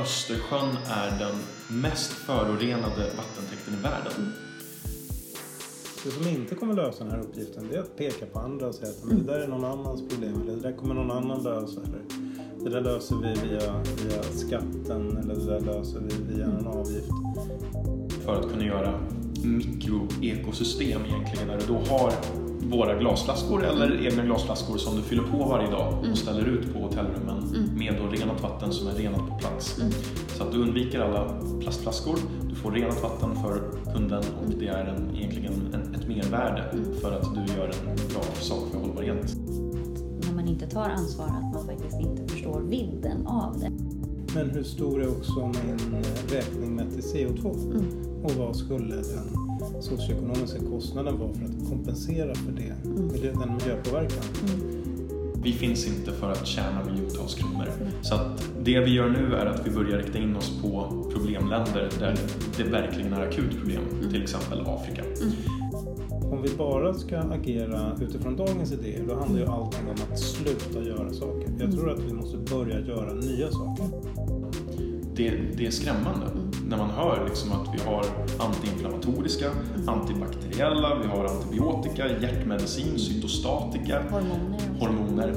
Östersjön är den mest förorenade vattentäkten i världen. Det som inte kommer lösa den här uppgiften, det är att peka på andra och säga att men det där är någon annans problem, eller det där kommer någon annan lösa, eller det där löser vi via skatten, eller det där löser vi via en avgift. För att kunna göra mikroekosystem egentligen, när du då har våra glasflaskor eller egna glasflaskor som du fyller på varje dag och ställer ut på hotellrummen med då renat vatten som är renat på plats. Så att du undviker alla plastflaskor, du får renat vatten för kunden och det är egentligen ett mervärde för att du gör en bra sak för hållbarhet. När man inte tar ansvar, att man faktiskt inte förstår vidden av det. Men hur stor är också min räkning mätt i CO2? Och vad skulle den socioekonomiska kostnaden vara för att kompensera för det, den miljöpåverkan? Vi finns inte för att tjäna miljontals kronor. Så att det vi gör nu är att vi börjar rikta in oss på problemländer där det verkligen är akut problem. Till exempel Afrika. Om vi bara ska agera utifrån dagens idéer, då handlar ju allting om att sluta göra saker. Jag tror att vi måste börja göra nya saker. Det är skrämmande när man hör liksom att vi har antiinflammatoriska, antibakteriella, vi har antibiotika, hjärtmedicin, cytostatika, hormoner.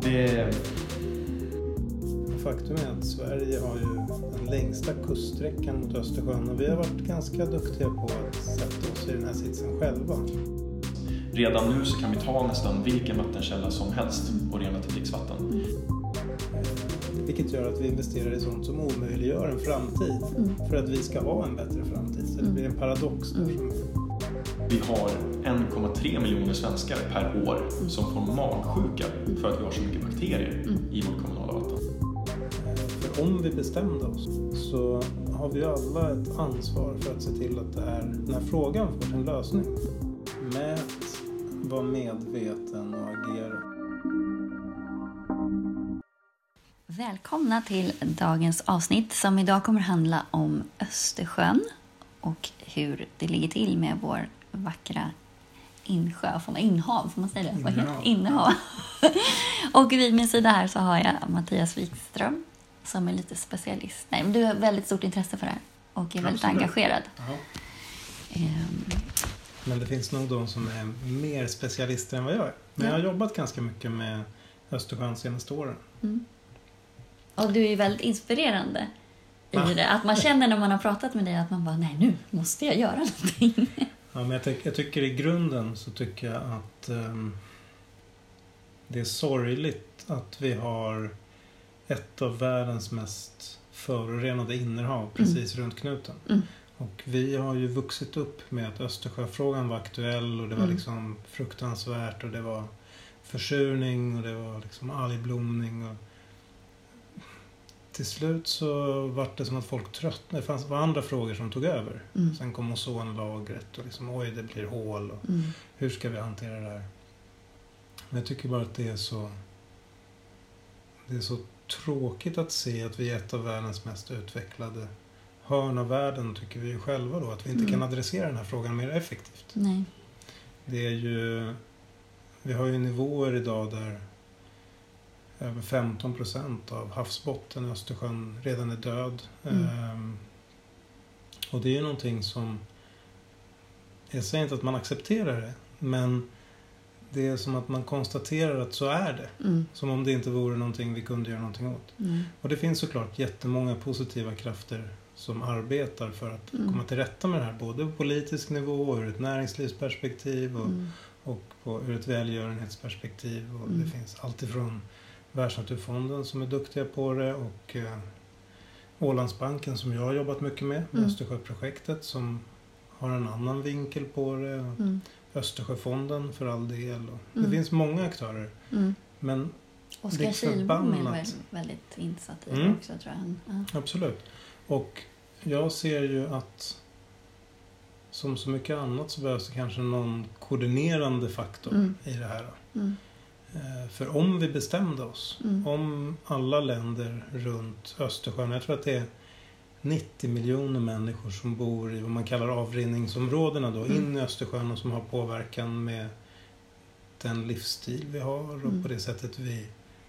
Faktum är att Sverige har ju den längsta kuststräckan mot Östersjön och vi har varit ganska duktiga på att sätta oss i den här sitsen själva. Redan nu så kan vi ta nästan vilken vattenkälla som helst och rena till dricksvatten. Vilket gör att vi investerar i sånt som omöjliggör en framtid för att vi ska ha en bättre framtid. Så det blir en paradox där. Vi har 1,3 miljoner svenskar per år som får magsjuka för att vi har så mycket bakterier i vårt kommunala vatten. För om vi bestämde oss så har vi alla ett ansvar för att se till att den här frågan får en lösning. Mät, var medveten och agera. Välkomna till dagens avsnitt som idag kommer handla om Östersjön och hur det ligger till med vår vackra inhav, får man säga det? Vad heter det? Innehav. Och vid min sida här så har jag Mattias Wikström som är lite specialist. Nej, men du har väldigt stort intresse för det här och är väldigt engagerad. Men det finns nog de som är mer specialister än vad jag är. Men jag har jobbat ganska mycket med Östersjön senaste åren. Och du är väldigt inspirerande i det. Att man känner när man har pratat med dig att man bara, nej nu måste jag göra någonting. Ja, men jag tycker i grunden så tycker jag att det är sorgligt att vi har ett av världens mest förorenade innehav precis runt knuten. Och vi har ju vuxit upp med att Östersjöfrågan var aktuell och det var liksom fruktansvärt och det var försurning och det var liksom algblomning och till slut så var det som att folk tröttnade. Det var andra frågor som tog över. Sen kom ozonlagret och liksom, oj det blir hål och hur ska vi hantera det här? Men jag tycker bara att det är så tråkigt att se att vi är ett av världens mest utvecklade hörn av världen, tycker vi själva då, att vi inte kan adressera den här frågan mer effektivt. Nej. Det är ju, vi har ju nivåer idag där över 15% av havsbotten i Östersjön redan är död. Och det är ju någonting som, jag säger inte att man accepterar det, men det är som att man konstaterar att så är det. Som om det inte vore någonting vi kunde göra någonting åt. Och det finns såklart jättemånga positiva krafter som arbetar för att komma till rätta med det här. Både på politisk nivå, ur ett näringslivsperspektiv och ur ett välgörenhetsperspektiv. Och det finns allt ifrån Världsnaturfonden som är duktiga på det och Ålandsbanken som jag har jobbat mycket med Östersjöprojektet som har en annan vinkel på det. Och Östersjöfonden för all del. Och det finns många aktörer. Men Oskar Kihlbom är väldigt insatt i det också, tror jag. Absolut. Och jag ser ju att som så mycket annat så behövs det kanske någon koordinerande faktor i det här. För om vi bestämde oss, om alla länder runt Östersjön, jag tror att det är 90 miljoner människor som bor i vad man kallar avrinningsområdena då, in i Östersjön och som har påverkan med den livsstil vi har och på det sättet vi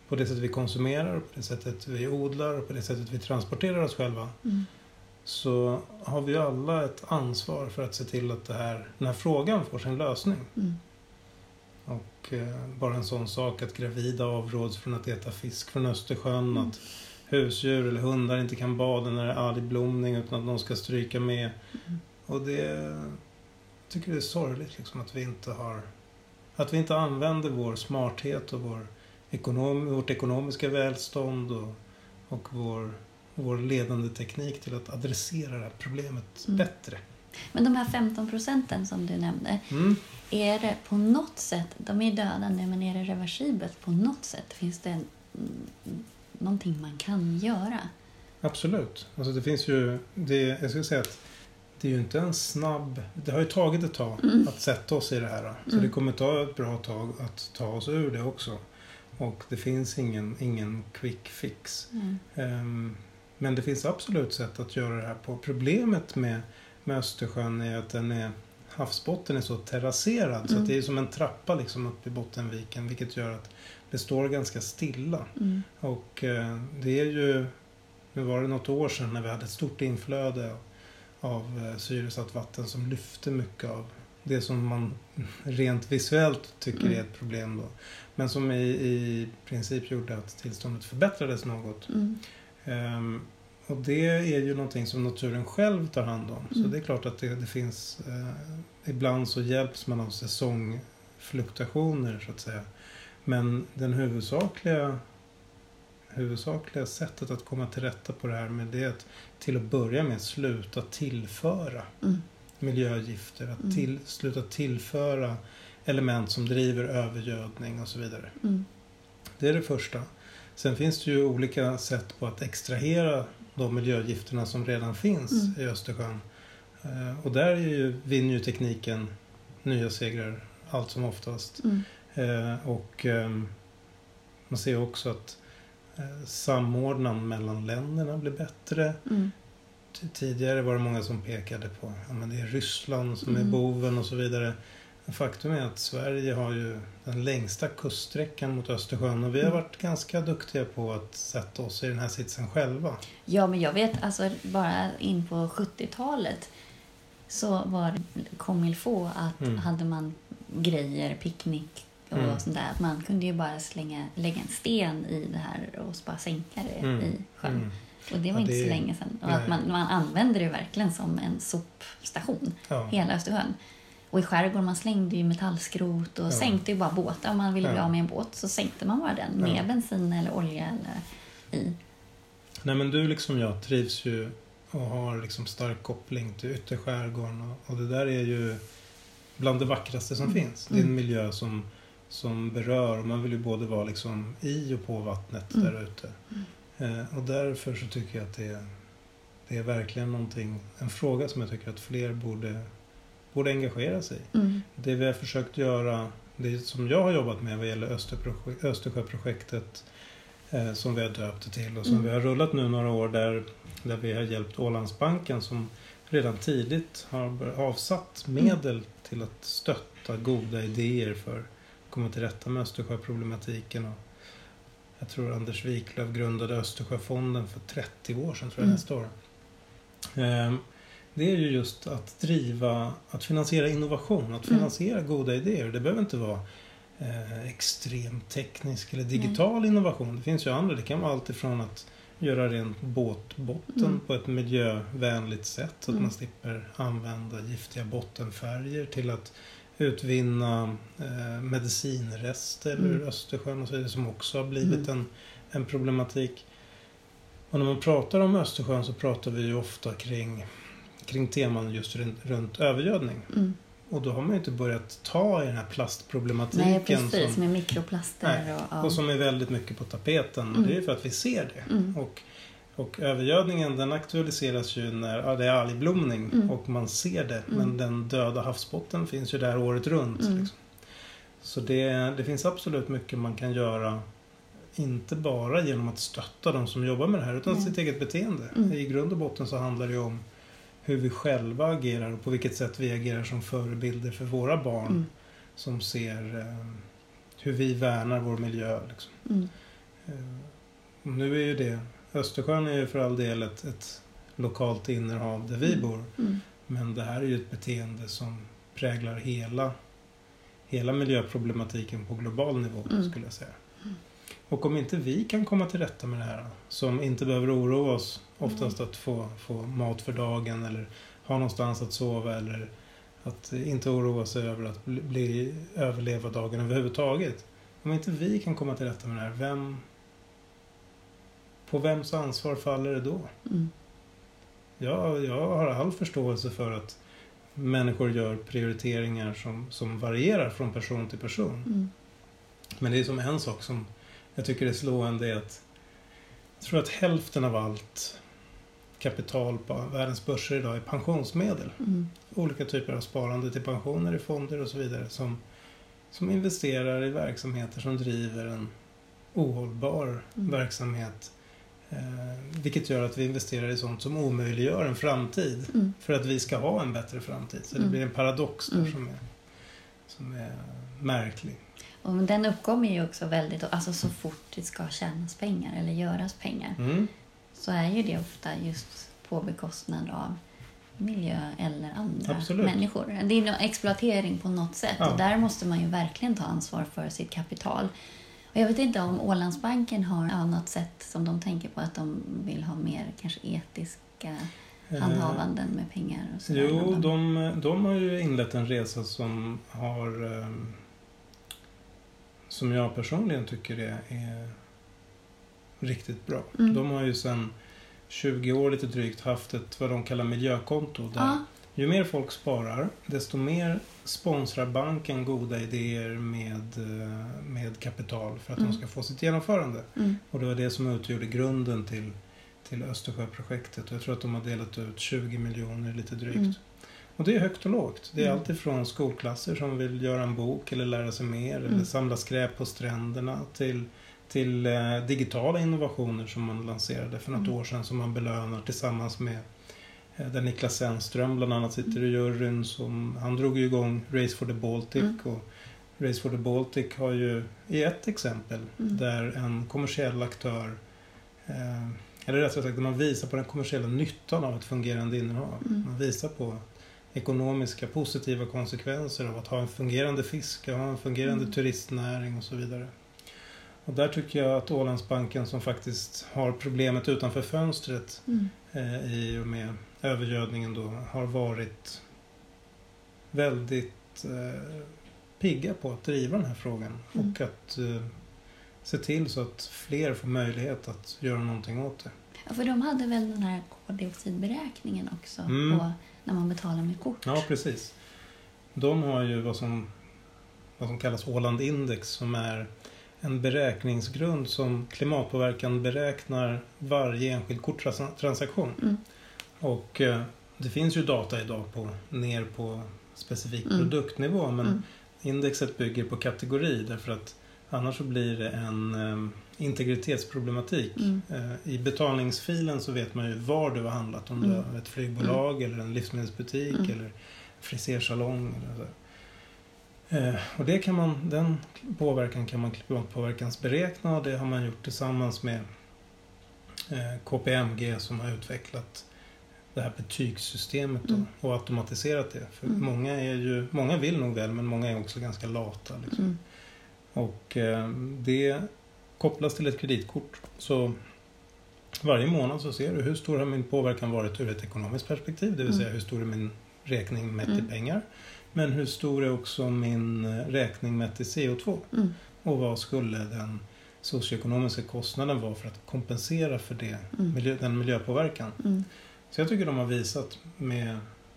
på det sättet vi konsumerar, på det sättet vi odlar och på det sättet vi transporterar oss själva. Så har vi alla ett ansvar för att se till att den här frågan får sin lösning. Och bara en sån sak att gravida avråds från att äta fisk från Östersjön, att husdjur eller hundar inte kan bada när det är algblomning utan att de ska stryka med. Och jag tycker det är sorgligt liksom, att vi inte använder vår smarthet och vårt ekonomiska välstånd och vår ledande teknik till att adressera det här problemet bättre. Men de här 15% som du nämnde, är det på något sätt, de är dödande, men är det reversibelt på något sätt? Finns det någonting man kan göra? Absolut. Alltså det finns ju, jag skulle säga att det är ju inte en snabb, det har ju tagit ett tag att sätta oss i det här. Så det kommer ta ett bra tag att ta oss ur det också. Och det finns ingen quick fix. Men det finns absolut sätt att göra det här på. Problemet med Östersjön är att havsbotten är så terrasserad så att det är som en trappa liksom upp i Bottenviken, vilket gör att det står ganska stilla. Och det är ju, nu var det något år sedan när vi hade ett stort inflöde av syresatt vatten som lyfte mycket av det som man rent visuellt tycker är ett problem då. Men som i princip gjorde att tillståndet förbättrades något. Och det är ju någonting som naturen själv tar hand om. Så det är klart att det finns, ibland så hjälps man av säsongfluktuationer så att säga. Men den huvudsakliga sättet att komma till rätta på det här med det är att till att börja med sluta tillföra miljögifter. Att sluta tillföra element som driver övergödning och så vidare. Det är det första. Sen finns det ju olika sätt på att extrahera de miljögifterna som redan finns i Östersjön. Och där vinner ju tekniken nya segrar allt som oftast. Och man ser också att samordnan mellan länderna blir bättre. Tidigare var det många som pekade på att det är Ryssland som är boven och så vidare. Faktum är att Sverige har ju den längsta kuststräckan mot Östersjön och vi har varit ganska duktiga på att sätta oss i den här sitsen själva. Ja, men jag vet, alltså bara in på 70-talet så var det comme-il-faut att hade man grejer, picknick och sånt där, att man kunde ju bara lägga en sten i det här och bara sänka det i sjön. Och det var inte så länge sedan. Och att man använde det verkligen som en sopstation, hela Östersjön. Och i skärgården man slängde ju metallskrot och sänkte ju bara båtar. Om man ville bli av med en båt så sänkte man bara den med bensin eller olja eller i. Nej, men du liksom jag trivs ju och har liksom stark koppling till ytterskärgården och det där är ju bland det vackraste som finns. Det är en miljö som berör och man vill ju både vara liksom i och på vattnet där ute. Och därför så tycker jag att det är verkligen en fråga som jag tycker att fler borde engagera sig i. Det vi har försökt göra, det som jag har jobbat med vad gäller Östersjöprojektet som vi har döpt det till och som vi har rullat nu några år där vi har hjälpt Ålandsbanken som redan tidigt har avsatt medel till att stötta goda idéer för att komma till rätta med Östersjöproblematiken. Och jag tror Anders Wiklöf grundade Östersjöfonden för 30 år sedan, tror jag nästa år. Det är ju just att finansiera innovation, att finansiera goda idéer. Det behöver inte vara extremt teknisk eller digital innovation. Det finns ju andra, det kan vara allt ifrån att göra rent båtbotten på ett miljövänligt sätt så att man slipper använda giftiga bottenfärger till att utvinna medicinrester ur Östersjön och så vidare som också har blivit en problematik. Och när man pratar om Östersjön så pratar vi ju ofta kring teman just runt övergödning. Och då har man ju inte börjat ta i den här plastproblematiken. Nej, precis, med mikroplaster. Och som är väldigt mycket på tapeten. Det är för att vi ser det. Och övergödningen den aktualiseras ju när det är algblomning och man ser det. Men den döda havsbotten finns ju där året runt. Liksom. Så det finns absolut mycket man kan göra. Inte bara genom att stötta de som jobbar med det här utan sitt eget beteende. I grund och botten så handlar det ju om hur vi själva agerar och på vilket sätt vi agerar som förebilder för våra barn som ser hur vi värnar vår miljö. Liksom. Nu är ju det, Östersjön är ju för all del ett lokalt innerhav där vi bor. Men det här är ju ett beteende som präglar hela miljöproblematiken på global nivå, skulle jag säga. Och om inte vi kan komma till rätta med det här, som inte behöver oroa oss oftast att få mat för dagen eller ha någonstans att sova eller att inte oroa sig över att överleva dagen överhuvudtaget. Om inte vi kan komma till rätta med det här, på vems ansvar faller det då? Jag har all förståelse för att människor gör prioriteringar som varierar från person till person. Men det är som en sak som jag tycker är slående är att jag tror att hälften av allt kapital på världens börser idag är pensionsmedel. Olika typer av sparande till pensioner i fonder och så vidare som investerar i verksamheter som driver en ohållbar verksamhet. Vilket gör att vi investerar i sånt som omöjliggör en framtid för att vi ska ha en bättre framtid. Så det blir en paradox där som är märklig. Och den uppkommer ju också väldigt, alltså så fort det ska tjänas pengar eller göras pengar så är ju det ofta just på bekostnad av miljö eller andra människor. Det är en exploatering på något sätt och där måste man ju verkligen ta ansvar för sitt kapital. Och jag vet inte om Ålandsbanken har något sätt som de tänker på att de vill ha mer kanske etiska handhavanden med pengar. Och så jo, de har ju inlett en resa som som jag personligen tycker är riktigt bra. De har ju sedan 20 år lite drygt haft ett vad de kallar miljökonto där ju mer folk sparar desto mer sponsrar banken goda idéer med kapital för att de ska få sitt genomförande. Och det var det som utgjorde grunden till Östersjöprojektet och jag tror att de har delat ut 20 miljoner lite drygt. Och det är högt och lågt. Det är allt ifrån skolklasser som vill göra en bok eller lära sig mer eller samla skräp på stränderna till digitala innovationer som man lanserade för något år sedan som man belönar tillsammans med där Niklas Sennström bland annat sitter i juryn. Han drog ju igång Race for the Baltic och Race for the Baltic har ju i ett exempel där en kommersiell aktör eller rättare sagt man visar på den kommersiella nyttan av ett fungerande innehav. Man visar på ekonomiska positiva konsekvenser av att ha en fungerande fiske, ha en fungerande turistnäring och så vidare. Och där tycker jag att Ålandsbanken som faktiskt har problemet utanför fönstret i och med övergödningen då har varit väldigt pigga på att driva den här frågan och att se till så att fler får möjlighet att göra någonting åt det. Ja, för de hade väl den här koldioxidberäkningen också på när man betalar med kort. Ja, precis. De har ju vad som kallas Åland Index som är en beräkningsgrund som klimatpåverkan beräknar varje enskild korttransaktion. Och det finns ju data idag ner på specifik produktnivå men indexet bygger på kategori därför att annars så blir det en integritetsproblematik. I betalningsfilen så vet man ju var du har handlat. Om du har ett flygbolag eller en livsmedelsbutik eller frisersalong. Eller så. Och den påverkan kan man klimatpåverkansberäkna och det har man gjort tillsammans med KPMG som har utvecklat det här betygssystemet då, och automatiserat det. För många vill nog väl men många är också ganska lata. Liksom. Och det kopplas till ett kreditkort. Så varje månad så ser du hur stor har min påverkan varit ur ett ekonomiskt perspektiv. Det vill säga hur stor är min räkning mätt i pengar. Men hur stor är också min räkning mätt i CO2? Och vad skulle den socioekonomiska kostnaden vara för att kompensera för den miljöpåverkan? Så jag tycker de har visat med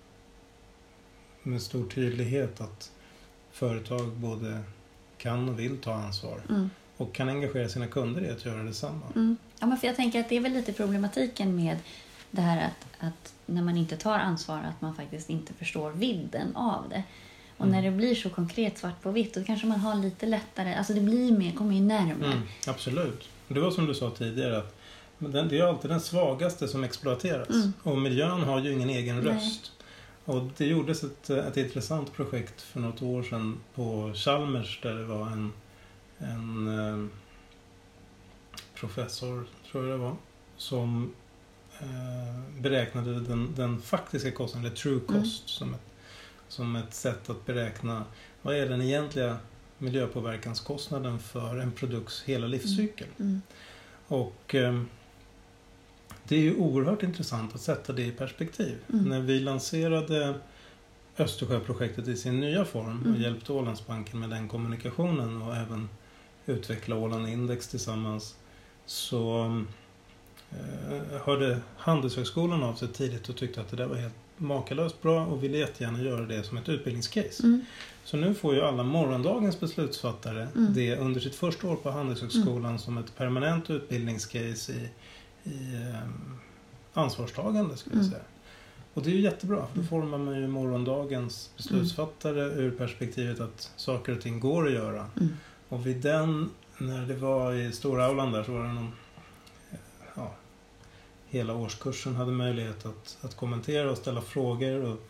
stor tydlighet att företag både kan och vill ta ansvar. Och kan engagera sina kunder i att göra detsamma. Ja, men för jag tänker att det är väl lite problematiken med det här att när man inte tar ansvar att man faktiskt inte förstår vidden av det. Och när det blir så konkret svart på vitt då kanske man har lite lättare, alltså det blir mer, kommer ju närmare. Absolut. Det var som du sa tidigare att det är alltid den svagaste som exploateras. Och miljön har ju ingen egen röst. Och det gjordes ett intressant projekt för något år sedan på Chalmers där det var professor, tror jag det var, som beräknade den faktiska kostnaden, eller true cost, som ett sätt att beräkna vad är den egentliga miljöpåverkanskostnaden för en produkts hela livscykel. Och det är ju oerhört intressant att sätta det i perspektiv. När vi lanserade Östersjöprojektet i sin nya form och hjälpte Ålandsbanken med den kommunikationen och även utveckla Åland Index tillsammans, så hörde Handelshögskolan av sig tidigt och tyckte att det där var helt makalöst bra och ville jättegärna göra det som ett utbildningscase. Så nu får ju alla morgondagens beslutsfattare det under sitt första år på Handelshögskolan som ett permanent utbildningscase i ansvarstagande, skulle jag säga. Och det är ju jättebra, för då formar man ju morgondagens beslutsfattare ur perspektivet att saker och ting går att göra. Och vid den, när det var i Stora Aulan där, så var det hela årskursen hade möjlighet att kommentera och ställa frågor, och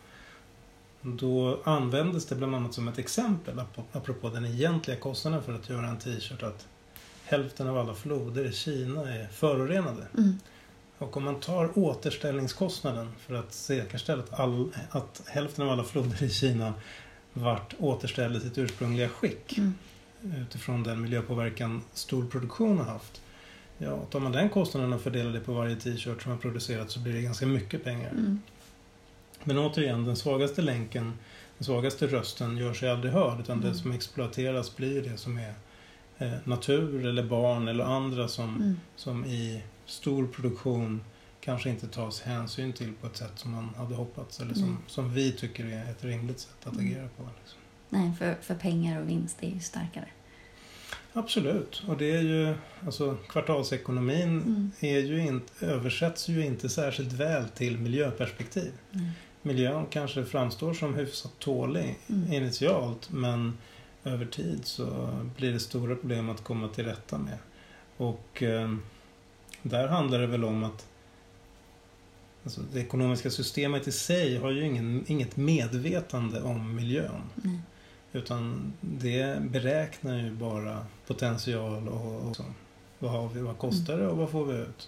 då användes det bland annat som ett exempel apropå den egentliga kostnaden för att göra en t-shirt, att hälften av alla floder i Kina är förorenade. Och om man tar återställningskostnaden för att säkerställa att hälften av alla floder i Kina vart återställde sitt ursprungliga skick utifrån den miljöpåverkan stor produktion har haft. Ja, tar man den kostnaden och fördelar det på varje t-shirt som har producerat, så blir det ganska mycket pengar. Men återigen, den svagaste länken, den svagaste rösten gör sig aldrig hörd, utan det som exploateras blir det som är natur eller barn eller andra som i stor produktion kanske inte tas hänsyn till på ett sätt som man hade hoppats, eller som vi tycker är ett rimligt sätt att agera på. Liksom. Nej, för pengar och vinst är ju starkare. Absolut, och det är ju, alltså kvartalsekonomin är ju översätts ju inte särskilt väl till miljöperspektiv. Miljön kanske framstår som hyfsat tålig initialt, men över tid så blir det stora problem att komma till rätta med. Och där handlar det väl om att alltså, det ekonomiska systemet i sig har ju inget medvetande om miljön. Utan det beräknar ju bara potential och vad har vi, vad kostar det och vad får vi ut.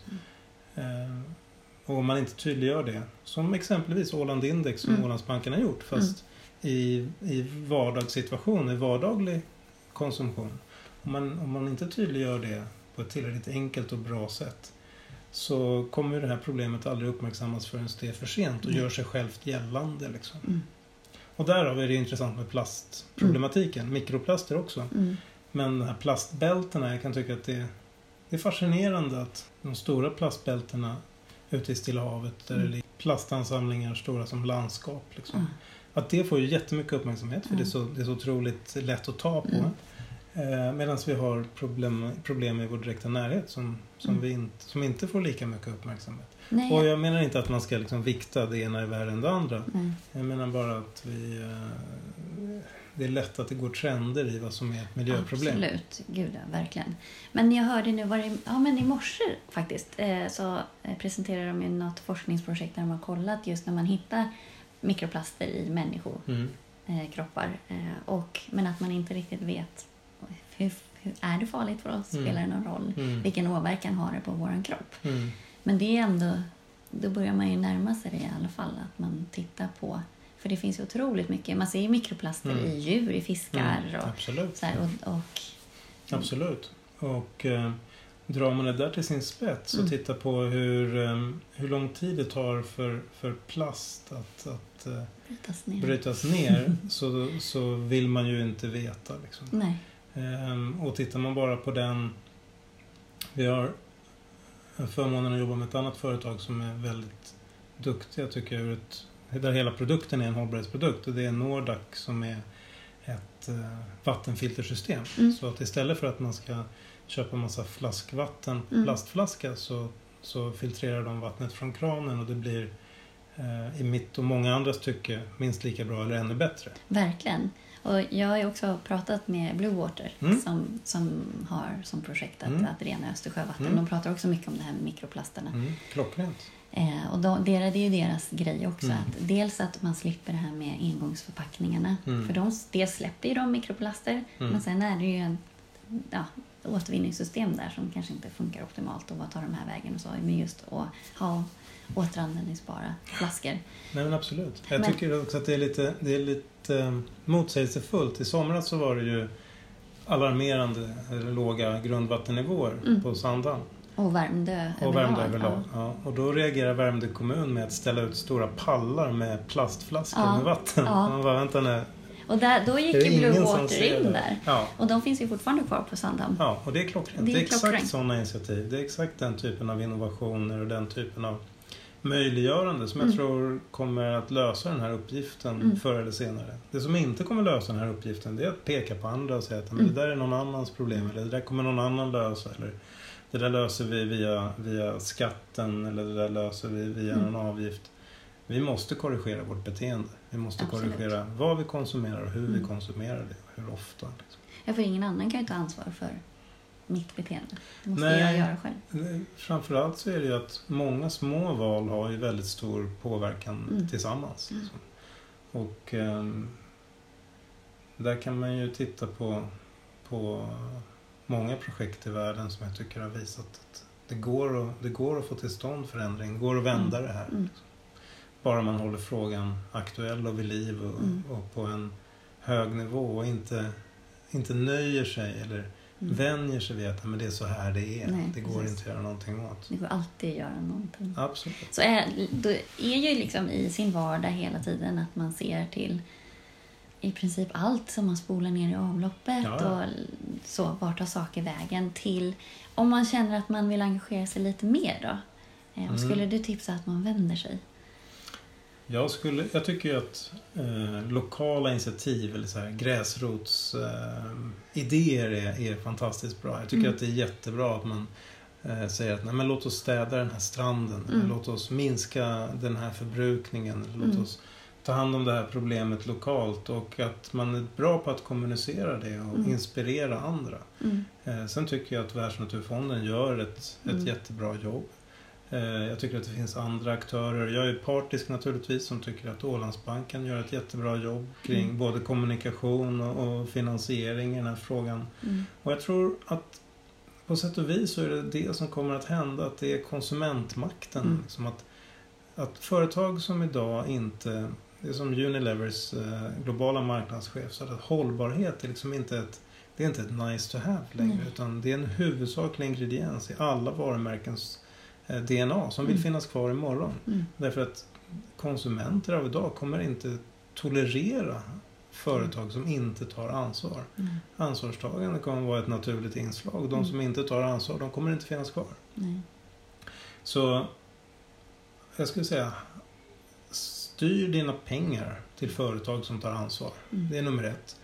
Och om man inte tydliggör det, som exempelvis Åland Index som Ålandsbanken har gjort, fast i vardagssituation, i vardaglig konsumtion. Om man inte tydliggör det på ett tillräckligt enkelt och bra sätt, så kommer det här problemet aldrig uppmärksammas förrän det är för sent och gör sig självt gällande. Liksom. Och därav är det intressant med plastproblematiken, mikroplaster också. Men de här plastbältena, jag kan tycka att det är fascinerande att de stora plastbältena ute i Stilla havet, där det ligger plastansamlingar stora som landskap. Liksom. Att det får ju jättemycket uppmärksamhet, för det är så otroligt lätt att ta på. Medan vi har problem i vår direkta närhet som inte får lika mycket uppmärksamhet. Nej. Och jag menar inte att man ska liksom vikta det ena i världen än det andra. Jag menar bara att det är lätt att det går trender i vad som är ett miljöproblem. Absolut, gud ja, verkligen. Men jag hörde nu, men i morse faktiskt så presenterade de ju något forskningsprojekt där de har kollat just när man hittar mikroplaster i människokroppar. Men att man inte riktigt vet hur är det farligt för oss, spelar det någon roll, vilken åverkan har det på våran kropp. Men det är ändå, då börjar man ju närma sig det i alla fall, att man tittar på, för det finns ju otroligt mycket, man ser ju mikroplaster i djur, i fiskar och absolut. Så här, Absolut. Och drar man det där till sin spets och tittar på hur lång tid det tar för plast att brytas ner så vill man ju inte veta. Liksom. Nej. Och tittar man bara på den, vi har förmånen att jobba med ett annat företag som är väldigt duktiga, tycker jag, där hela produkten är en hållbarhetsprodukt, och det är Nordac som är ett vattenfiltersystem. Så att istället för att man ska köpa massa flaskvatten, plastflaska, så filtrerar de vattnet från kranen, och det blir i mitt och många andras tycke minst lika bra eller ännu bättre. Verkligen. Och jag har ju också pratat med Blue Water som har som projekt att rena Östersjövatten. De pratar också mycket om det här med mikroplasterna. Klockrent. Och det är ju deras grej också. Att dels att man slipper det här med engångsförpackningarna. För dels släpper ju de mikroplaster. Men sen är det ju återvinningssystem där som kanske inte funkar optimalt och vad tar de här vägen och så. Men just att ha återanvändningsbara flaskor. Nej, men absolut. Jag tycker också att det är lite motsägelsefullt. I somras så var det ju alarmerande låga grundvattennivåer på Sandhamn. Och Värmdö överlag. Ja. Och då reagerar Värmdö kommun med att ställa ut stora pallar med plastflaskor med vatten. Ja. Man bara, vänta nu. Och då gick ju Blue Water in där. Ja. Och de finns ju fortfarande kvar på Sandhamn. Ja, och det är klockrent. Det är exakt sådana initiativ. Det är exakt den typen av innovationer och den typen av möjliggörande som jag tror kommer att lösa den här uppgiften förr eller senare. Det som inte kommer lösa den här uppgiften, det är att peka på andra och säga att det där är någon annans problem, eller det där kommer någon annan lösa, eller det där löser vi via skatten, eller det där löser vi via någon avgift. Vi måste korrigera vårt beteende. Vi måste korrigera vad vi konsumerar och hur vi konsumerar det, hur ofta. Liksom. Ja, för ingen annan kan ju ta ansvar för mitt beteende. Det måste jag göra själv. Framförallt så är det ju att många små val har ju väldigt stor påverkan tillsammans. Liksom. Och där kan man ju titta på många projekt i världen som jag tycker har visat att det går att få till stånd förändring. Det går att vända det här. Liksom. Bara man håller frågan aktuell och vid liv och på en hög nivå och inte nöjer sig eller vänjer sig vid att men det är så här det är. Nej, det går inte att göra någonting åt. Det går alltid att göra någonting. Absolut. Så då är ju liksom i sin vardag hela tiden att man ser till i princip allt som man spolar ner i avloppet och så, vart tar saker vägen till. Om man känner att man vill engagera sig lite mer då, skulle du tipsa att man vänder sig? Jag tycker ju att lokala initiativ eller så här gräsrots idéer är fantastiskt bra. Jag tycker att det är jättebra att man säger att nej, men låt oss städa den här stranden, låt oss minska den här förbrukningen, låt oss ta hand om det här problemet lokalt, och att man är bra på att kommunicera det och inspirera andra. Sen tycker jag att Världsnaturfonden gör ett jättebra jobb. Jag tycker att det finns andra aktörer. Jag är partisk naturligtvis som tycker att Ålandsbanken gör ett jättebra jobb kring både kommunikation och finansiering i den här frågan. Och jag tror att på sätt och vis så är det som kommer att hända, att det är konsumentmakten. Som att företag som idag inte, det är som Unilevers globala marknadschef, så att hållbarhet är liksom inte ett nice to have längre, utan det är en huvudsaklig ingrediens i alla varumärkens DNA som vill finnas kvar imorgon. Därför att konsumenter av idag kommer inte tolerera företag som inte tar ansvar. Ansvarstagande kommer vara ett naturligt inslag. De som inte tar ansvar, de kommer inte finnas kvar. Så jag skulle säga, styr dina pengar till företag som tar ansvar. Det är nummer 1.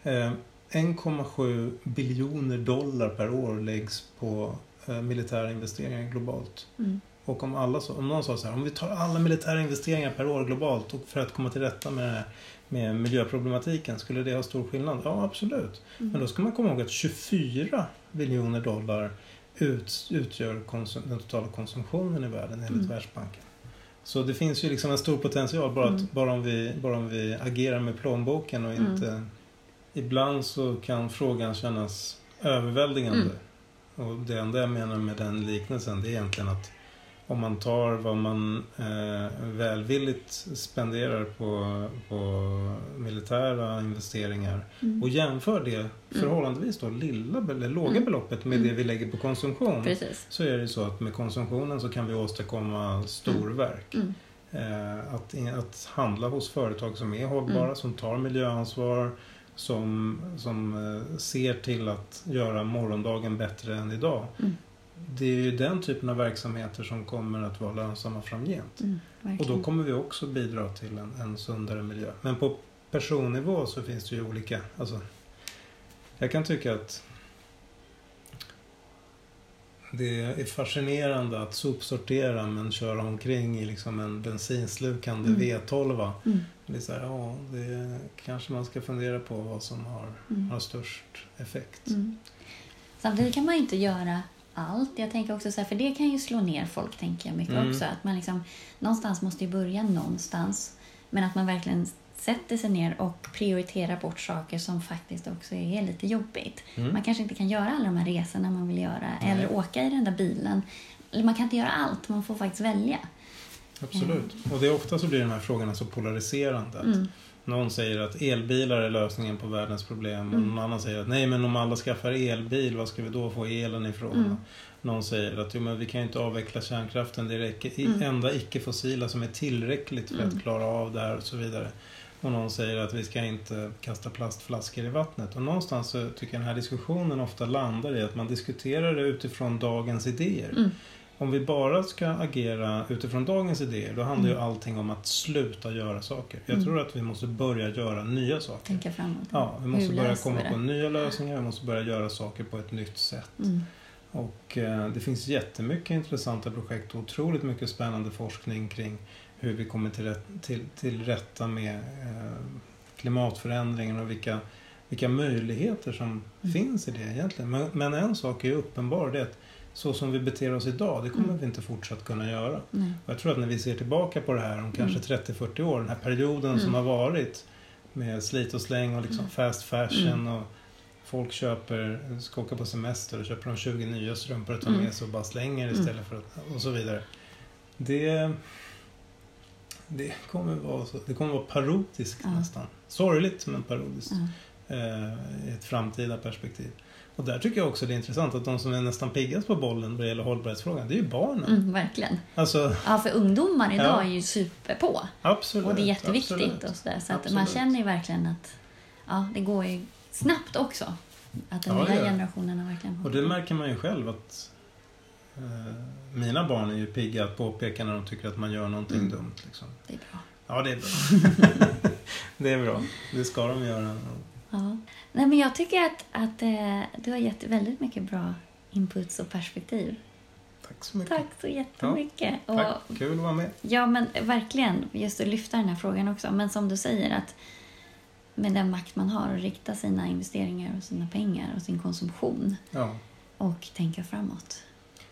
1,7 biljoner dollar per år läggs på militära investeringar globalt. Och om någon sa så här, om vi tar alla militära investeringar per år globalt och för att komma till rätta med miljöproblematiken, skulle det ha stor skillnad? Ja, absolut. Men då ska man komma ihåg att 24 biljoner dollar utgör den totala konsumtionen i världen enligt Världsbanken. Så det finns ju liksom en stor potential bara om vi agerar med plånboken och inte... Ibland så kan frågan kännas överväldigande. Och det enda jag menar med den liknelsen, det är egentligen att om man tar vad man välvilligt spenderar på militära investeringar och jämför det förhållandevis då låga beloppet med det vi lägger på konsumtion. Precis. Så är det så att med konsumtionen så kan vi åstadkomma storverk. Att handla hos företag som är hållbara, som tar miljöansvar, som ser till att göra morgondagen bättre än idag. Det är ju den typen av verksamheter som kommer att vara lönsamma framgent. Och då kommer vi också bidra till en sundare miljö. Men på personnivå så finns det ju olika... Alltså, jag kan tycka att det är fascinerande att sopsortera men köra omkring i liksom en bensinslukande V12. Det är så här, det kanske man ska fundera på vad som har störst effekt. Samtidigt kan man inte göra allt. Jag tänker också så här, för det kan ju slå ner folk, tänker jag mycket också. Att man liksom, någonstans måste ju börja någonstans. Men att man verkligen sätter sig ner och prioriterar bort saker som faktiskt också är lite jobbigt. Man kanske inte kan göra alla de här resorna man vill göra. Eller åka i den där bilen. Eller man kan inte göra allt, man får faktiskt välja. Absolut. Och det är ofta så blir de här frågorna så polariserande. Någon säger att elbilar är lösningen på världens problem. Och någon annan säger att nej, men om alla skaffar elbil, vad ska vi då få elen ifrån? Någon säger att men vi kan ju inte avveckla kärnkraften. Det är enda icke-fossila som är tillräckligt för att klara av det här och så vidare. Och någon säger att vi ska inte kasta plastflaskor i vattnet. Och någonstans så tycker jag den här diskussionen ofta landar i att man diskuterar det utifrån dagens idéer. Om vi bara ska agera utifrån dagens idéer, då handlar ju allting om att sluta göra saker. Jag tror att vi måste börja göra nya saker. Tänka framåt. Ja, vi måste börja komma på nya lösningar, vi måste börja göra saker på ett nytt sätt. Och det finns jättemycket intressanta projekt och otroligt mycket spännande forskning kring hur vi kommer till rätta med klimatförändringen och vilka möjligheter som finns i det egentligen. Men en sak är uppenbar, det är att så som vi beter oss idag, det kommer vi inte fortsatt kunna göra. Och jag tror att när vi ser tillbaka på det här om kanske 30-40 år, den här perioden som har varit med slit och släng och liksom fast fashion och folk ska åka på semester och köper de 20 nya strumpor och tar med sig och bara slänger istället för att, och så vidare. Det kommer vara parodiskt nästan. Sorgligt men parodiskt i ett framtida perspektiv. Och där tycker jag också det är intressant att de som är nästan piggast på bollen när det gäller hållbarhetsfrågan, det är ju barnen. Verkligen. Alltså, ja, för ungdomar idag är ju superpå. Absolut. Och det är jätteviktigt och sådär. Så att man känner ju verkligen att det går ju snabbt också. Att den nya generationerna verkligen har. Och det märker man ju själv att mina barn är ju pigga att påpeka när de tycker att man gör någonting dumt. Liksom. Det är bra. Ja, det är bra. Det är bra. Det ska de göra. Ja. Nej, men jag tycker att du har gett väldigt mycket bra inputs och perspektiv. Tack så mycket. Tack så jättemycket. Ja, tack. Kul att vara med. Ja, men verkligen. Just att lyfta den här frågan också. Men som du säger, att med den makt man har att rikta sina investeringar och sina pengar och sin konsumtion. Ja. Och tänka framåt.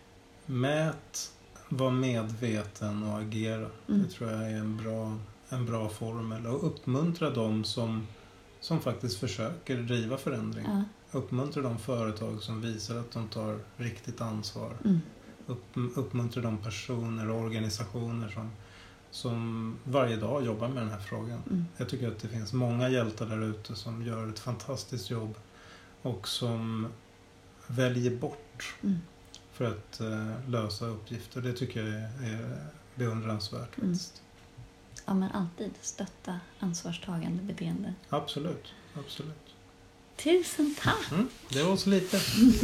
Mät, var medveten och agera. Det tror jag är en bra formel. Och uppmuntra dem som faktiskt försöker driva förändring. Ja. Uppmuntra de företag som visar att de tar riktigt ansvar. Uppmuntra de personer och organisationer som varje dag jobbar med den här frågan. Jag tycker att det finns många hjältar där ute som gör ett fantastiskt jobb och som väljer bort för att lösa uppgifter. Det tycker jag är beundransvärt faktiskt. Ja, men alltid stötta ansvarstagande beteende. Absolut. Tusen tack! Det var så lite.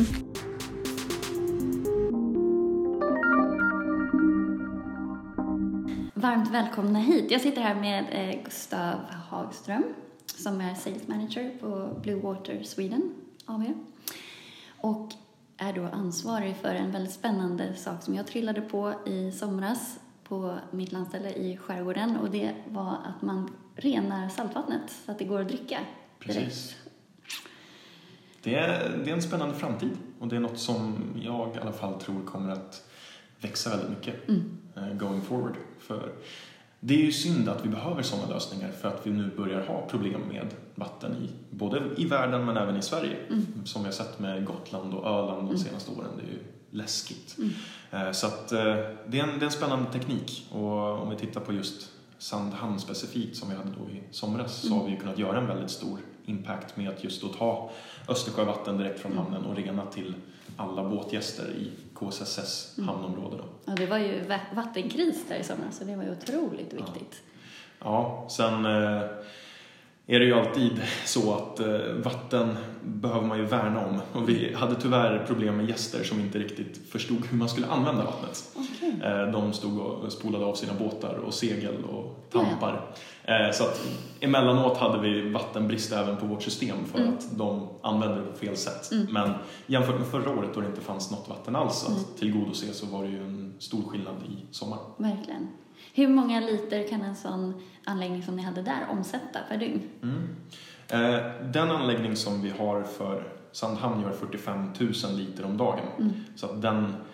Varmt välkomna hit. Jag sitter här med Gustav Hagström som är Sales Manager på Blue Water Sweden AB. Och är då ansvarig för en väldigt spännande sak som jag trillade på i somras på mitt landställe i skärgården. Och det var att man renar saltvattnet så att det går att dricka direkt. Precis. Det är en spännande framtid. Och det är något som jag i alla fall tror kommer att växa väldigt mycket going forward. För det är ju synd att vi behöver sådana lösningar för att vi nu börjar ha problem med vatten både i världen men även i Sverige. Som vi har sett med Gotland och Öland de senaste åren. Det är ju läskigt. Så att det är en spännande teknik. Och om vi tittar på just Sandhamn specifikt som vi hade då i somras så har vi kunnat göra en väldigt stor impact med att just då ta Östersjövatten direkt från hamnen och rena till alla båtgäster i KSSS hamnområde. Ja, det var ju vattenkris där i somras så det var ju otroligt viktigt. Ja, sen är det ju alltid så att vatten behöver man ju värna om. Och vi hade tyvärr problem med gäster som inte riktigt förstod hur man skulle använda vattnet. Okay. De stod och spolade av sina båtar och segel och tampar. Så att emellanåt hade vi vattenbrist även på vårt system för att de använde det på fel sätt. Men jämfört med förra året då det inte fanns något vatten alls att tillgodose så var det ju en stor skillnad i sommar. Verkligen. Hur många liter kan en sån anläggning som ni hade där omsätta per dygn? Den anläggning som vi har för Sandhamn gör 45 000 liter om dagen. Så att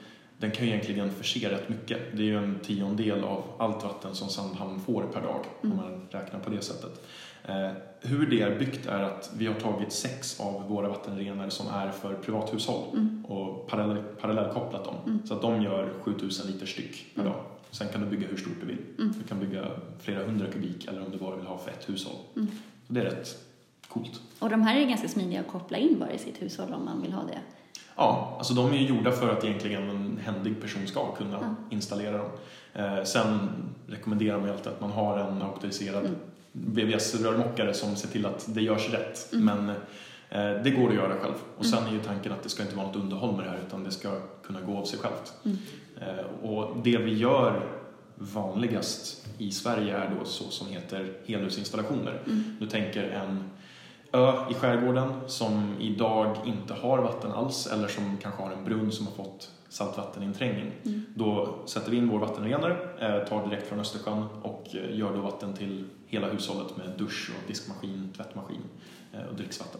den kan ju egentligen förse rätt mycket. Det är ju en 10% av allt vatten som Sandhamn får per dag, om man räknar på det sättet. Hur det är byggt är att vi har tagit 6 av våra vattenrenare som är för privathushåll och parallellkopplat dem. Så att de gör 7000 liter styck per dag. Sen kan du bygga hur stort du vill. Du kan bygga flera 100 kubik eller om du bara vill ha för ett hushåll. Så det är rätt coolt. Och de här är ganska smidiga att koppla in bara i sitt hushåll om man vill ha det. Ja, alltså de är ju gjorda för att egentligen en händig person ska kunna installera dem. Sen rekommenderar man ju alltid att man har en auktoriserad VVS-rörmokare som ser till att det görs rätt. Men det går att göra själv. Och sen är ju tanken att det ska inte vara något underhåll med det här, utan det ska kunna gå av sig självt. Och det vi gör vanligast i Sverige är då så som heter helhusinstallationer. Du tänker en ö i skärgården som idag inte har vatten alls, eller som kanske har en brunn som har fått saltvatteninträngning. Då sätter vi in vår vattenrenare, tar direkt från Östersjön och gör då vatten till hela hushållet med dusch och diskmaskin, tvättmaskin och dricksvatten.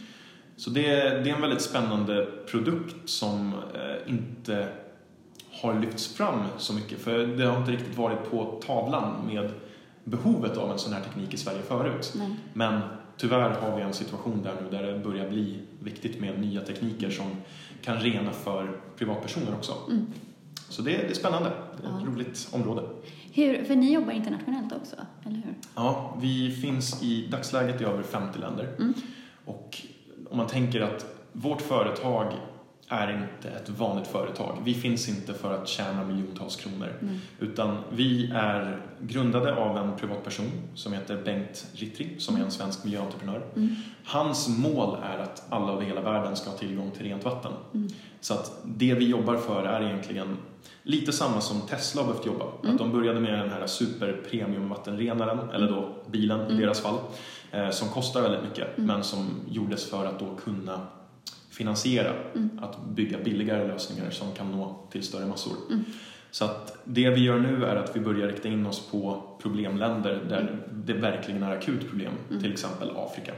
Så det är en väldigt spännande produkt som inte har lyfts fram så mycket, för det har inte riktigt varit på tavlan med behovet av en sån här teknik i Sverige förut. Men tyvärr har vi en situation där nu där det börjar bli viktigt med nya tekniker som kan rena för privatpersoner också. Så det är spännande. Det är ett roligt område. För ni jobbar internationellt också, eller hur? Ja, vi finns i dagsläget i över 50 länder. Och om man tänker att vårt företag är inte ett vanligt företag. Vi finns inte för att tjäna miljontals kronor. Utan vi är grundade av en privatperson som heter Bengt Rittri, som är en svensk miljöentreprenör. Hans mål är att alla över hela världen ska ha tillgång till rent vatten. Så att det vi jobbar för är egentligen lite samma som Tesla har behövt jobba. Att de började med den här superpremiumvattenrenaren, eller då bilen i deras fall, som kostar väldigt mycket, men som gjordes för att då kunna finansiera att bygga billigare lösningar som kan nå till större massor. Så att det vi gör nu är att vi börjar rikta in oss på problemländer där det verkligen är akut problem, till exempel Afrika.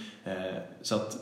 Så att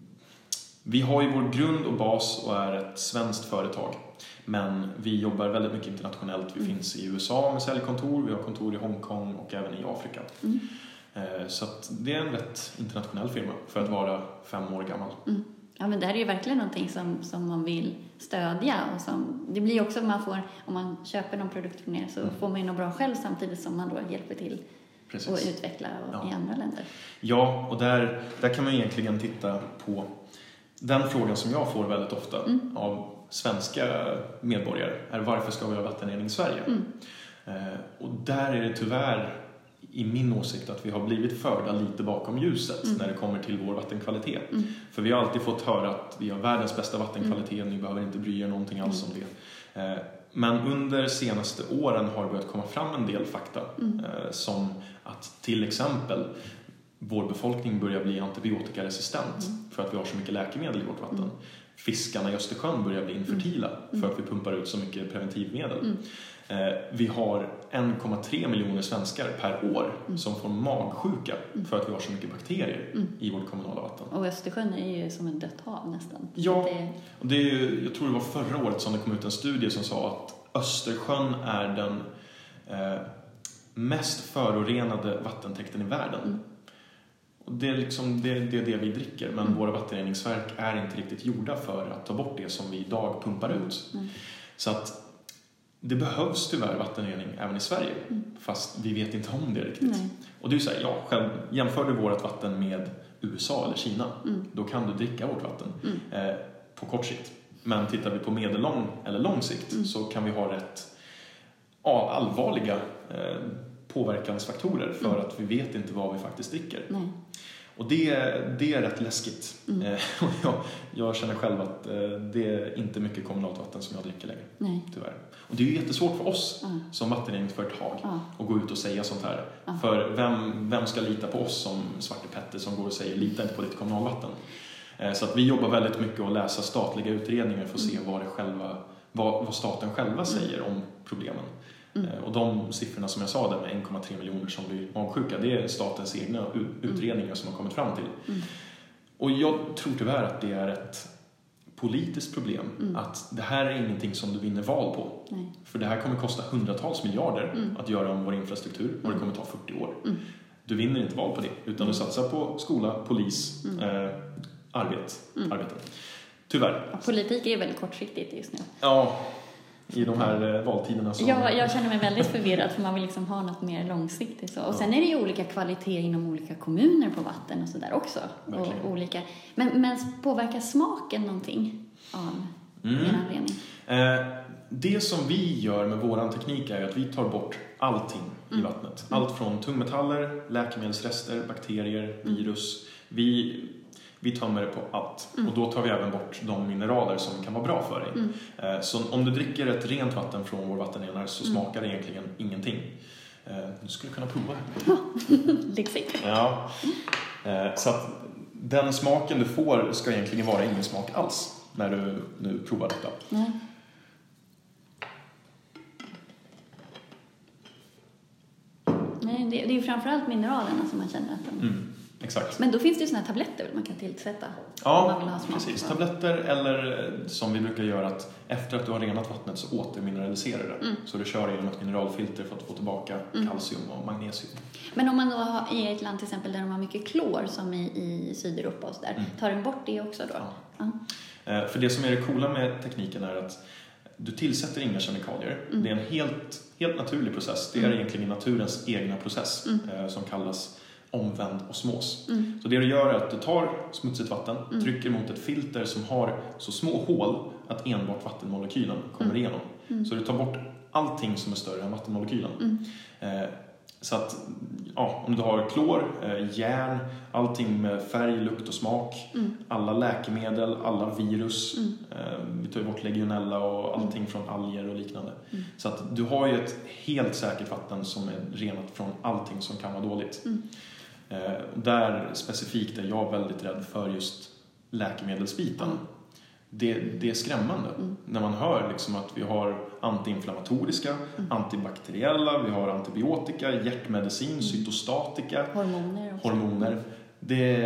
vi har ju vår grund och bas och är ett svenskt företag, men vi jobbar väldigt mycket internationellt. Vi finns i USA med säljkontor, vi har kontor i Hongkong och även i Afrika. Så att det är en rätt internationell firma för att vara 5 år gammal. Ja, men det här är ju verkligen någonting som man vill stödja. Och det blir också om man köper någon produkt från er så får man ju något bra själv samtidigt som man då hjälper till att utveckla i andra länder. Ja, och där kan man egentligen titta på den frågan som jag får väldigt ofta av svenska medborgare är: varför ska vi ha vattenrening i Sverige? Och där är det tyvärr i min åsikt att vi har blivit förda lite bakom ljuset när det kommer till vår vattenkvalitet. För vi har alltid fått höra att vi har världens bästa vattenkvalitet, ni behöver inte bry er någonting alls om det. Men under senaste åren har det börjat komma fram en del fakta som att till exempel vår befolkning börjar bli antibiotikaresistent för att vi har så mycket läkemedel i vårt vatten. Fiskarna i Östersjön börjar bli infertila för att vi pumpar ut så mycket preventivmedel. Vi har 1,3 miljoner svenskar per år som får magsjuka för att vi har så mycket bakterier i vårt kommunala vatten. Och Östersjön är ju som ett dött hav nästan. Ja, och det är ju, jag tror det var förra året som det kom ut en studie som sa att Östersjön är den mest förorenade vattentäkten i världen. Och det är liksom det vi dricker, men våra vattenreningsverk är inte riktigt gjorda för att ta bort det som vi idag pumpar ut. Så att det behövs tyvärr vattenrening även i Sverige, fast vi vet inte om det riktigt. Och det är ju så här, själv jämför du vårt vatten med USA eller Kina, då kan du dricka vårt vatten på kort sikt. Men tittar vi på medellång eller lång sikt så kan vi ha rätt allvarliga påverkansfaktorer för att vi vet inte vad vi faktiskt dricker. Och det är rätt läskigt. Jag känner själv att det är inte mycket kommunalt vatten som jag dricker längre. Tyvärr. Och det är ju jättesvårt för oss som vattenreningsföretag att gå ut och säga sånt här. För vem ska lita på oss som Svarte Petter som går och säger lita inte på ditt kommunalvatten. Så att vi jobbar väldigt mycket att läsa statliga utredningar för att se vad staten själva säger om problemen. Och de siffrorna som jag sa där med 1,3 miljoner som blir magsjuka, det är statens egna utredningar som har kommit fram till. Och jag tror tyvärr att det är ett politiskt problem att det här är ingenting som du vinner val på. Nej. För det här kommer kosta hundratals miljarder att göra om vår infrastruktur och det kommer ta 40 år. Du vinner inte val på det utan du satsar på skola, polis, arbete. Tyvärr. Ja, politik är väldigt kortsiktigt just nu. Ja, i de här valtiderna. Jag känner mig väldigt förvirrad för man vill liksom ha något mer långsiktigt. Så. Och sen är det ju olika kvalitet inom olika kommuner på vatten och sådär också. Och olika. Men påverkar smaken någonting av er anledning? Det som vi gör med våran teknik är att vi tar bort allting i vattnet. Allt från tungmetaller, läkemedelsrester, bakterier, virus. Vi tömmer det på allt. Och då tar vi även bort de mineraler som kan vara bra för dig. Så om du dricker ett rent vatten från vår vattenrenare så smakar det egentligen ingenting. Du skulle kunna prova det. Lyxigt. Ja. Så att den smaken du får ska egentligen vara ingen smak alls när du nu provar detta. Nej. Nej, det är ju framförallt mineralerna som man känner att de... Exakt. Men då finns det ju såna här tabletter man kan tillsätta. Ja, om man vill ha smak. Precis. Tabletter eller som vi brukar göra att efter att du har renat vattnet så återmineraliserar det. Så du kör genom ett mineralfilter för att få tillbaka kalcium och magnesium. Men om man då har i ett land till exempel där de har mycket klor som i Sydeuropa och sådär, tar den bort det också då? Ja. För det som är det coola med tekniken är att du tillsätter inga kemikalier. Det är en helt naturlig process. Det är egentligen naturens egna process som kallas omvänd osmos. Så det du gör är att du tar smutsigt vatten, trycker mot ett filter som har så små hål att enbart vattenmolekylen kommer igenom. Så du tar bort allting som är större än vattenmolekylen. Så att om du har klor, järn, allting med färg, lukt och smak, alla läkemedel, alla virus, vi tar bort legionella och allting från alger och liknande. Så att du har ju ett helt säkert vatten som är renat från allting som kan vara dåligt. Där specifikt är jag väldigt rädd för just läkemedelsbiten. Det är skrämmande när man hör liksom att vi har antiinflammatoriska, antibakteriella, vi har antibiotika, hjärtmedicin, cytostatika, hormoner. Det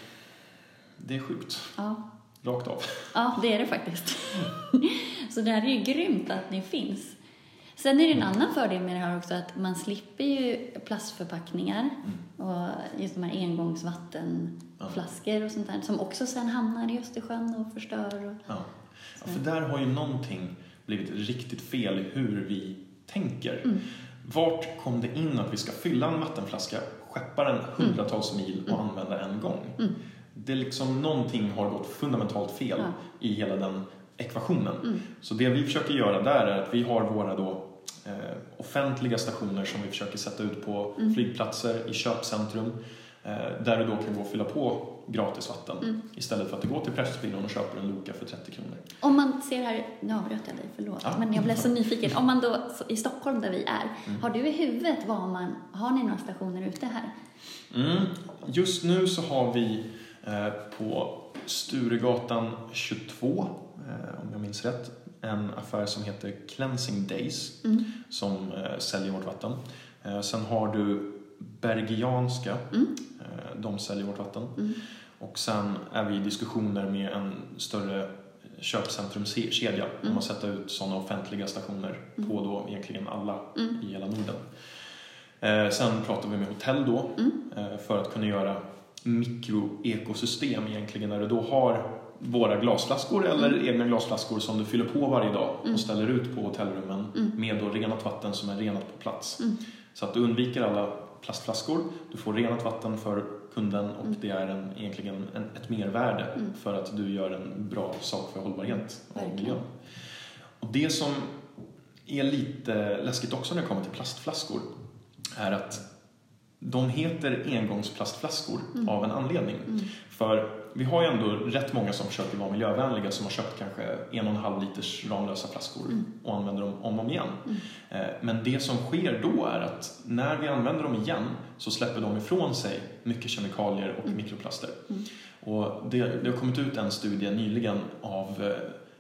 är sjukt. Ja. Rakt av. Ja, det är det faktiskt. Så det här är ju grymt att ni finns. Sen är det en annan fördel med det här också att man slipper ju plastförpackningar och just de här engångsvattenflaskor och sånt där som också sen hamnar i Östersjön och förstör. Ja, för där har ju någonting blivit riktigt fel i hur vi tänker. Vart kom det in att vi ska fylla en vattenflaska, skeppa den hundratals mil och använda en gång? Det är liksom någonting har gått fundamentalt fel i hela den ekvationen. Så det vi försöker göra där är att vi har våra då offentliga stationer som vi försöker sätta ut på flygplatser, i köpcentrum, där du då kan gå och fylla på gratis vatten istället för att du går till Pressbyrån och köper en Loka för 30 kronor. Om man ser här, nu avbröt jag dig, förlåt, men jag blev så nyfiken. Om man då, i Stockholm där vi är, har du i huvudet har ni några stationer ute här? Just nu så har vi på Sturegatan 22, om jag minns rätt, en affär som heter Cleansing Days som säljer vårt vatten. Sen har du Bergianska, de säljer vårt vatten. Och sen är vi i diskussioner med en större köpcentrumskedja om att sätta ut sådana offentliga stationer på då egentligen alla i hela Norden. Sen pratar vi med hotell då för att kunna göra mikroekosystem egentligen, när du då har våra glasflaskor eller egna glasflaskor som du fyller på varje dag och ställer ut på hotellrummen med då renat vatten som är renat på plats. Så att du undviker alla plastflaskor, du får renat vatten för kunden och det är egentligen ett mervärde för att du gör en bra sak för hållbarhet av miljön. Och det som är lite läskigt också när det kommer till plastflaskor är att de heter engångsplastflaskor av en anledning. För vi har ju ändå rätt många som försöker vara miljövänliga som har köpt kanske 1,5 liters ramlösa flaskor och använder dem om och om igen. Men det som sker då är att när vi använder dem igen så släpper de ifrån sig mycket kemikalier och mikroplaster. Och det har kommit ut en studie nyligen av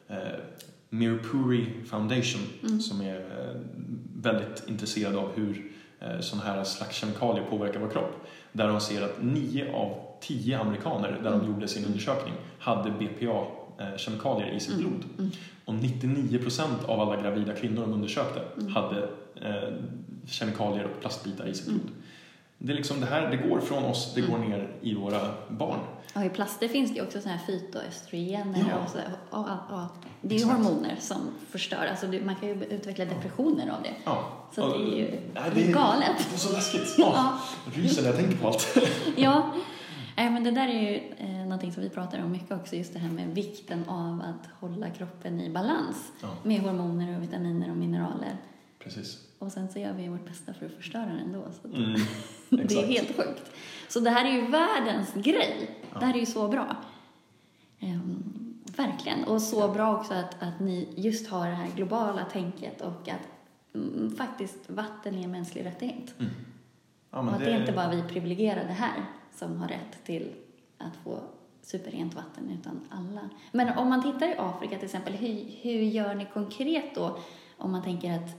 Mirpuri Foundation som är väldigt intresserad av hur sådana här slags kemikalier påverkar vår kropp. Där de ser att 9 av 10 amerikaner, där de gjorde sin undersökning, hade BPA kemikalier i sitt blod. Och 99% av alla gravida kvinnor de undersökte hade kemikalier och plastbitar i sitt blod. Det är liksom det här, det går från oss, det går ner i våra barn. Och i plaster finns det ju också sådana här fytoöstrogener och så. Det är ju Exakt. hormoner som förstör. Alltså man kan ju utveckla depressioner av det. Ja. Så det är ju det är galet. Det är så läskigt. Ja. Ryser när jag tänker på allt. Ja, men det där är ju någonting som vi pratar om mycket också. Just det här med vikten av att hålla kroppen i balans. Med hormoner och vitaminer och mineraler. Precis. Och sen så gör vi vårt bästa för att förstöra den ändå. Så Exakt. det är helt sjukt. Så det här är ju världens grej. Det här är ju så bra. Verkligen. Och så bra också att ni just har det här globala tänket och att faktiskt vatten är en mänsklig rättighet. Ja, men och att det är inte bara vi privilegierade här som har rätt till att få superrent vatten, utan alla. Men om man tittar i Afrika till exempel, hur gör ni konkret då? Om man tänker att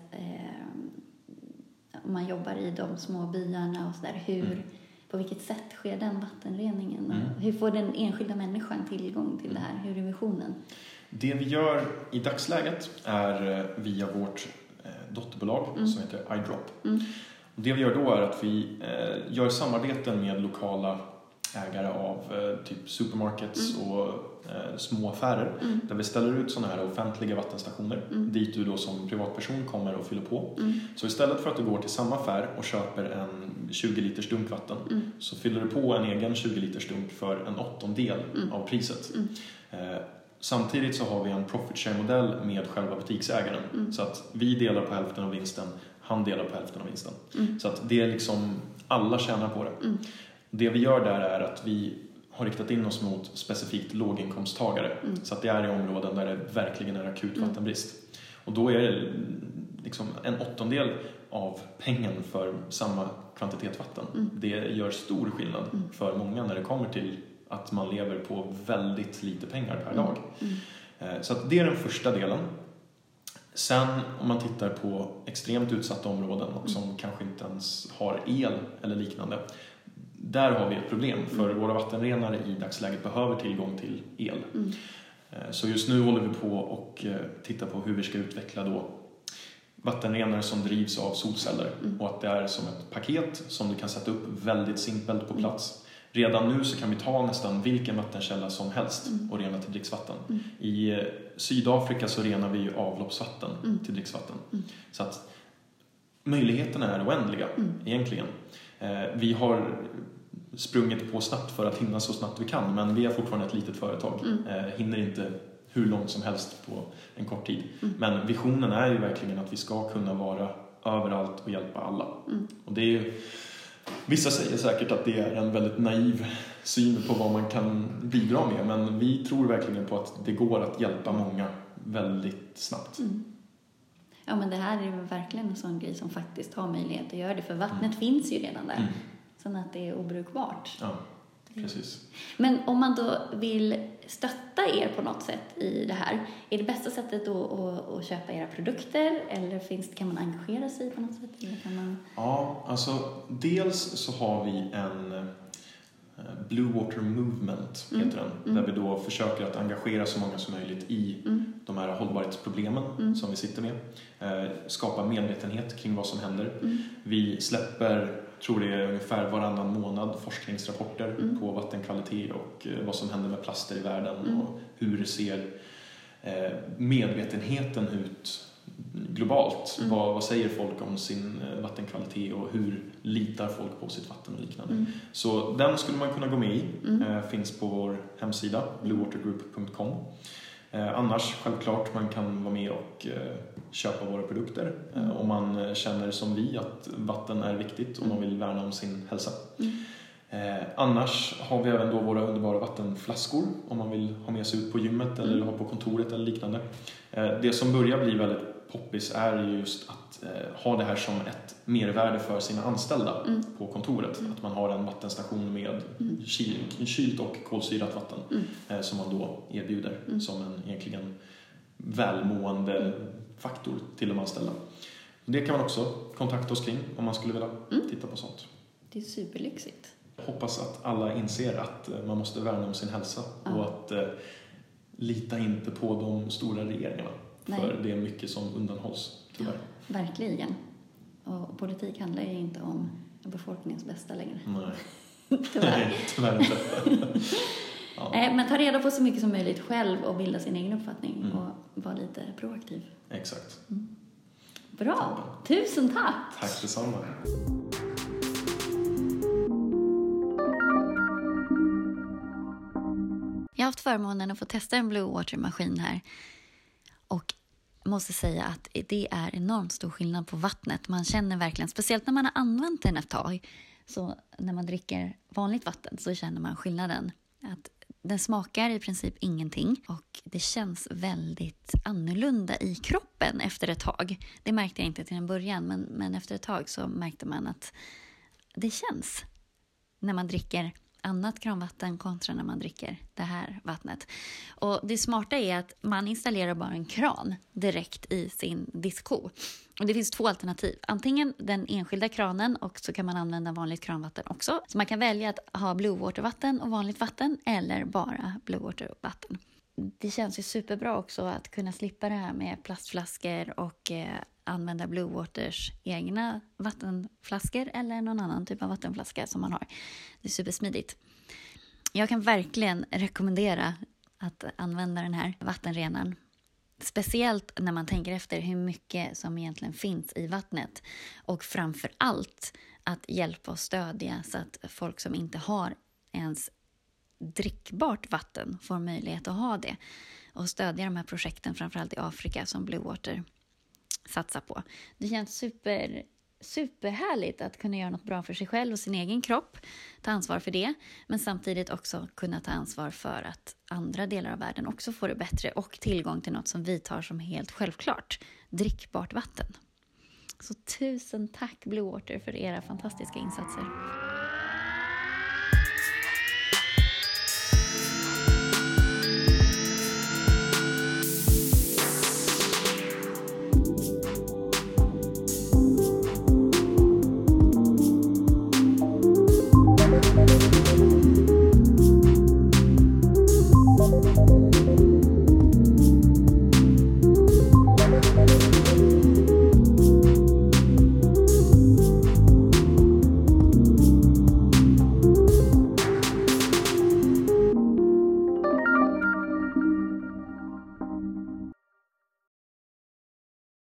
om man jobbar i de små byarna och sådär, på vilket sätt sker den vattenreningen? Och hur får den enskilda människan tillgång till det här? Hur är visionen? Det vi gör i dagsläget är via vårt dotterbolag som heter iDrop. Det vi gör då är att vi gör samarbeten med lokala ägare av typ supermarkets och små affärer där vi ställer ut sådana här offentliga vattenstationer dit du då som privatperson kommer och fyller på. Så istället för att du går till samma affär och köper en 20 liters dunk vatten så fyller du på en egen 20 liters dunk för en 1/8 av priset. Samtidigt så har vi en profit share-modell med själva butiksägaren så att vi delar på hälften av vinsten, han delar på hälften av vinsten. Så att det är liksom, alla tjänar på det. Det vi gör där är att vi har riktat in oss mot specifikt låginkomsttagare. Så att det är i områden där det verkligen är akut vattenbrist. Och då är det liksom en 1/8 av pengen för samma kvantitet vatten. Det gör stor skillnad för många när det kommer till att man lever på väldigt lite pengar per dag. Så att det är den första delen. Sen om man tittar på extremt utsatta områden och som kanske inte ens har el eller liknande. Där har vi ett problem, för våra vattenrenare i dagsläget behöver tillgång till el. Så just nu håller vi på och tittar på hur vi ska utveckla då vattenrenare som drivs av solceller. Och att det är som ett paket som du kan sätta upp väldigt simpelt på plats. Redan nu så kan vi ta nästan vilken vattenkälla som helst och rena till dricksvatten. I Sydafrika så renar vi ju avloppsvatten till dricksvatten. Så att möjligheterna är oändliga egentligen. Vi har sprungit på snabbt för att hinna så snabbt vi kan, men vi är fortfarande ett litet företag. Hinner inte hur långt som helst på en kort tid. Men visionen är ju verkligen att vi ska kunna vara överallt och hjälpa alla. Och det är ju, vissa säger säkert att det är en väldigt naiv syn på vad man kan bidra med, men vi tror verkligen på att det går att hjälpa många väldigt snabbt. Ja, men det här är ju verkligen en sån grej som faktiskt har möjlighet att göra det, för vattnet finns ju redan där. Så att det är obrukbart. Ja, precis. Men om man då vill stötta er på något sätt i det här, är det bästa sättet då att köpa era produkter, eller kan man engagera sig på något sätt? Eller kan man... Ja, alltså dels så har vi en Blue Water Movement heter den, där vi då försöker att engagera så många som möjligt i de här hållbarhetsproblemen som vi sitter med. Skapa medvetenhet kring vad som händer. Vi släpper, tror det är ungefär varannan månad, forskningsrapporter på vattenkvalitet och vad som händer med plaster i världen och hur ser medvetenheten ut globalt. Vad säger folk om sin vattenkvalitet och hur litar folk på sitt vatten och liknande. Så den skulle man kunna gå med i. Finns på vår hemsida bluewatergroup.com. Annars självklart man kan vara med och köpa våra produkter om man känner som vi att vatten är viktigt och man vill värna om sin hälsa. Annars har vi även då våra underbara vattenflaskor om man vill ha med sig ut på gymmet eller ha på kontoret eller liknande. Det som börjar bli väldigt poppis är ju just att ha det här som ett mervärde för sina anställda på kontoret. Att man har en vattenstation med kylt och kolsyrat vatten som man då erbjuder som en egentligen välmående faktor till de anställda. Det kan man också kontakta oss kring om man skulle vilja titta på sånt. Det är superlyxigt. Jag hoppas att alla inser att man måste värna om sin hälsa och att lita inte på de stora regeringarna. Nej. För det är mycket som undanhålls, tyvärr. Ja, verkligen. Och politik handlar ju inte om befolkningens bästa längre. Nej. Tyvärr. Nej, tyvärr inte. Ja. Men ta reda på så mycket som möjligt själv och bilda sin egen uppfattning och vara lite proaktiv. Exakt. Bra! Tusen tack! Tack detsamma. Jag har haft förmånen att få testa en Blue Water-maskin här. Och måste säga att det är enormt stor skillnad på vattnet. Man känner verkligen, speciellt när man har använt den ett tag. Så när man dricker vanligt vatten så känner man skillnaden. Att den smakar i princip ingenting och det känns väldigt annorlunda i kroppen efter ett tag. Det märkte jag inte till en början, men efter ett tag så märkte man att det känns när man dricker annat kranvatten kontra när man dricker det här vattnet. Och det smarta är att man installerar bara en kran direkt i sin diskko. Och det finns 2 alternativ. Antingen den enskilda kranen och så kan man använda vanligt kranvatten också. Så man kan välja att ha Blue Water-vatten och vanligt vatten eller bara Blue Water-vatten. Det känns ju superbra också att kunna slippa det här med plastflaskor och använda Blue Waters egna vattenflaskor eller någon annan typ av vattenflaska som man har. Det är supersmidigt. Jag kan verkligen rekommendera att använda den här vattenrenaren. Speciellt när man tänker efter hur mycket som egentligen finns i vattnet. Och framför allt att hjälpa och stödja så att folk som inte har ens drickbart vatten får möjlighet att ha det. Och stödja de här projekten framförallt i Afrika som Blue Water satsar på. Det känns superhärligt att kunna göra något bra för sig själv och sin egen kropp. Ta ansvar för det. Men samtidigt också kunna ta ansvar för att andra delar av världen också får det bättre. Och tillgång till något som vi tar som helt självklart. Drickbart vatten. Så tusen tack Blue Water för era fantastiska insatser.